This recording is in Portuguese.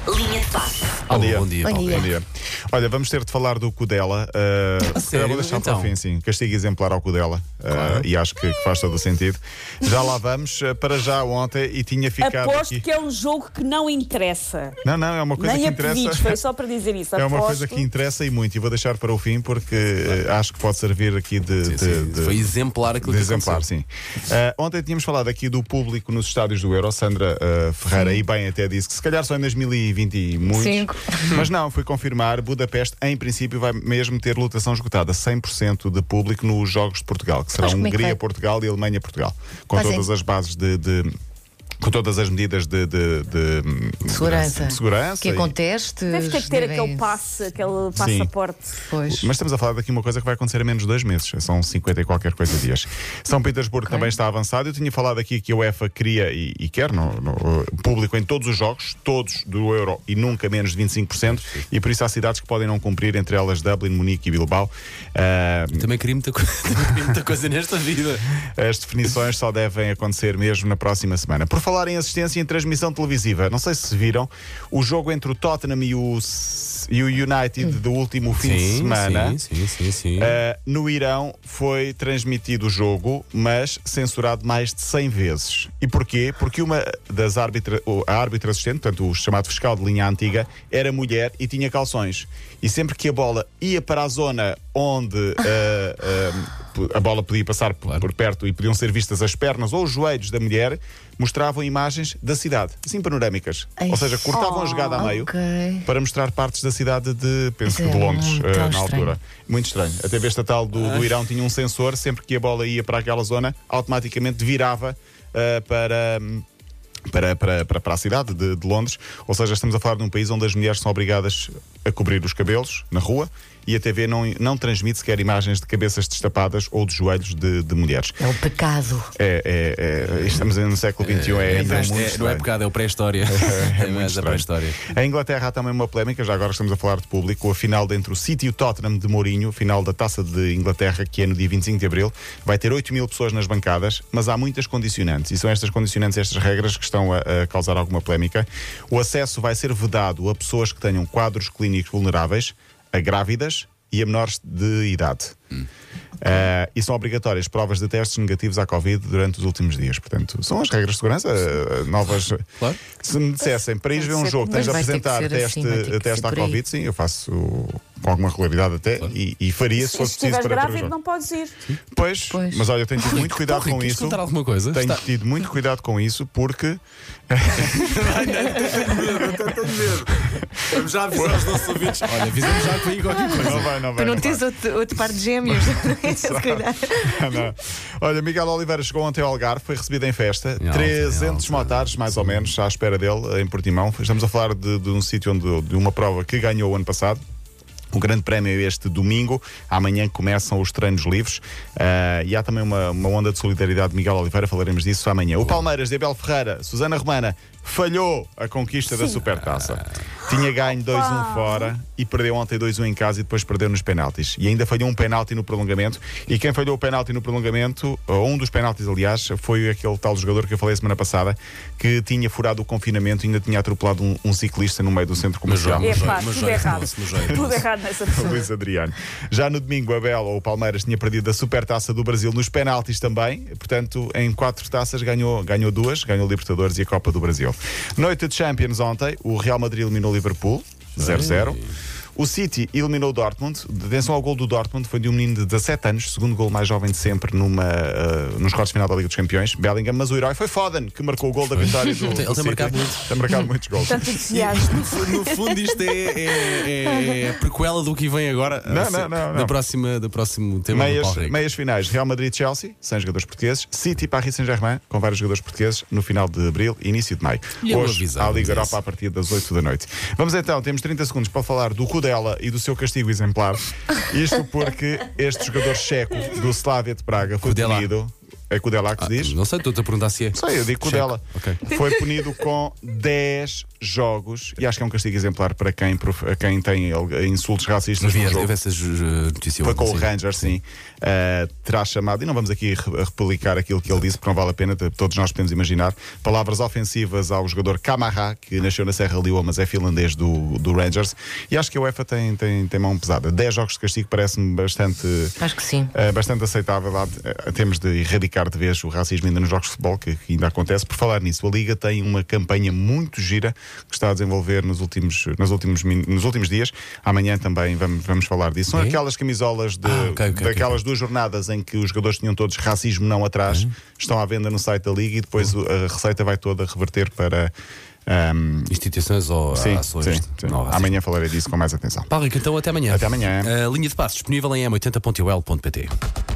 Linha de passe. Bom dia. Bom dia, Paulo. Bom dia. Olha, vamos ter de falar do Cudela. sério? Vou deixar para o Então. fim, sim. Castigo exemplar ao Cudela. E acho que faz todo o sentido. Já lá vamos. Para já ontem e tinha ficado Aposto aqui. que é um jogo que não interessa. Não, é uma coisa Nem que a pedidos, interessa. foi só para dizer isso. É uma Aposto. coisa que interessa e muito. E vou deixar para o fim porque acho que pode servir aqui de Foi exemplar aquilo de que exemplar, aconteceu. sim. Ontem tínhamos falado aqui do público nos estádios do Euro. Sandra Ferreira, e bem até disse que se calhar só em 2020 e muitos. Cinco. Mas não, fui confirmar. Budapeste, em princípio, vai mesmo ter lotação esgotada. 100% de público nos Jogos de Portugal, que serão Mas como é que vai? Hungria-Portugal e Alemanha-Portugal. Com Pois é. todas as bases com todas as medidas de segurança. Que acontece. Deve ter que ter aquele passe, aquele passaporte. Pois. Mas estamos a falar daqui uma coisa que vai acontecer a menos de 2 meses. São 50 e qualquer coisa dias. São Petersburgo também está avançado. Eu tinha falado aqui que a UEFA queria e quer no público em todos os jogos, todos do Euro e nunca menos de 25%. E por isso há cidades que podem não cumprir, entre elas Dublin, Munique e Bilbao. Também queria muita coisa nesta vida. As definições só devem acontecer mesmo na próxima semana. Por falar em assistência e em transmissão televisiva, não sei se viram o jogo entre o Tottenham e o United do último fim de semana. Sim. No Irão foi transmitido o jogo, mas censurado mais de 100 vezes. E porquê? Porque uma das a árbitra assistente, portanto o chamado fiscal de linha antiga, era mulher e tinha calções. E sempre que a bola ia para a zona onde a bola podia passar por perto e podiam ser vistas as pernas ou os joelhos da mulher, mostravam imagens da cidade, assim panorâmicas. Ai. Ou seja, cortavam a jogada a meio ok. para mostrar partes da cidade penso que Isso de é Londres, muito na estranho. altura. Muito estranho. A TV estatal do Irão tinha um sensor, sempre que a bola ia para aquela zona, automaticamente virava para a cidade de Londres. Ou seja, estamos a falar de um país onde as mulheres são obrigadas a cobrir os cabelos na rua e a TV não transmite sequer imagens de cabeças destapadas ou de joelhos de mulheres. É o pecado. Estamos no século XXI, é ainda muito não é estranho. pecado, é o pré-história. É É muito mais a estranho. pré-história. Em Inglaterra há também uma polémica, já agora estamos a falar de público, a final entre o City e o Tottenham de Mourinho, final da Taça de Inglaterra, que é no dia 25 de Abril, vai ter 8 mil pessoas nas bancadas, mas há muitas condicionantes, e são estas condicionantes, estas regras que estão a causar alguma polémica. O acesso vai ser vedado a pessoas que tenham quadros clínicos vulneráveis, a grávidas e a menores de idade. E são obrigatórias provas de testes negativos à Covid durante os últimos dias. Portanto, são as regras de segurança novas. Claro. Se me dissessem para ir ver um jogo, tens Mas de vai ter que apresentar ser assim, vai ter que teste ser à por aí. Covid, sim, eu faço com alguma regularidade até e faria se Se fosse preciso estiveres para ver o grávido, jogo. não podes ir. Pois, mas olha, eu tenho tido muito cuidado com Queres isso. contar alguma coisa? Tenho tido muito cuidado com isso porque Vamos já avisar os nossos ouvintes. Olha, avisamos já que aí qualquer coisa. não vai. Para não teres outro par de gêmeos. Se calhar. Não. Olha, Miguel Oliveira chegou ontem ao Algarve, foi recebido em festa. Alta, 300 motares, mais ou menos, à espera dele, em Portimão. Estamos a falar de um sítio de uma prova que ganhou o ano passado. O grande prémio é este domingo. Amanhã começam os treinos livres. E há também uma onda de solidariedade de Miguel Oliveira, falaremos disso amanhã. O Palmeiras de Abel Ferreira, Susana Romana, falhou a conquista da Supertaça. Tinha ganho 2-1 fora e perdeu ontem 2-1 em casa e depois perdeu nos penaltis. E ainda falhou um penalti no prolongamento. E quem falhou o penalti no prolongamento, ou um dos penaltis, aliás, foi aquele tal jogador que eu falei semana passada, que tinha furado o confinamento e ainda tinha atropelado um ciclista no meio do centro comercial. É pá, tudo errado. Tudo errado nessa pessoa. Luís Adriano. Já no domingo, Abel, ou o Palmeiras, tinha perdido a Supertaça do Brasil nos penaltis também. Portanto, em 4 taças ganhou 2, ganhou o Libertadores e a Copa do Brasil. Noite de Champions ontem, o Real Madrid eliminou o Liverpool 0-0. O City eliminou o Dortmund. Atenção ao gol do Dortmund, foi de um menino de 17 anos, segundo gol mais jovem de sempre nos quartos de final da Liga dos Campeões, Bellingham, mas o herói foi Foden, que marcou o gol da vitória do Ele tem City. marcado muito. Tem marcado muitos gols. Tanto entusiasmo. No fundo, isto é a prequela do que vem agora. Não. Do próximo tema do Paulo Rico. Meias finais, Real Madrid-Chelsea, sem jogadores portugueses. City-Paris Saint-Germain, com vários jogadores portugueses, no final de abril e início de maio. E eu Hoje, avisava, à Liga mas é Europa, a partir das 8 da noite. Vamos então, temos 30 segundos para falar do Cudela e do seu castigo exemplar. Isto porque este jogador checo do Slavia de Praga foi Cudela. punido. É Cudela que se diz? Não sei, estou-te a perguntar se é. Sei, eu digo Cudela. Ok. Foi punido com 10 jogos e acho que é um castigo exemplar para quem tem insultos racistas no jogo. Eu vi essas notícias. Foi com o Rangers, sim. Terá chamado, e não vamos aqui replicar aquilo que ele disse, porque não vale a pena, todos nós podemos imaginar, palavras ofensivas ao jogador Camará, que nasceu na Serra Leoa, mas é finlandês do Rangers, e acho que a UEFA tem mão pesada. 10 jogos de castigo parece-me bastante, Acho que sim. bastante aceitável. Temos de erradicar de vez o racismo ainda nos jogos de futebol, que ainda acontece. Por falar nisso, a Liga tem uma campanha muito gira que está a desenvolver nos últimos dias. Amanhã também vamos falar disso. São aquelas camisolas daquelas 2 jornadas em que os jogadores tinham todos racismo não atrás, estão à venda no site da Liga e depois a receita vai toda reverter para instituições ou ações. Sim. Amanhã falarei disso com mais atenção. Paulo Rico, então até amanhã. Até amanhã. Linha de passos disponível em m80.ol.pt.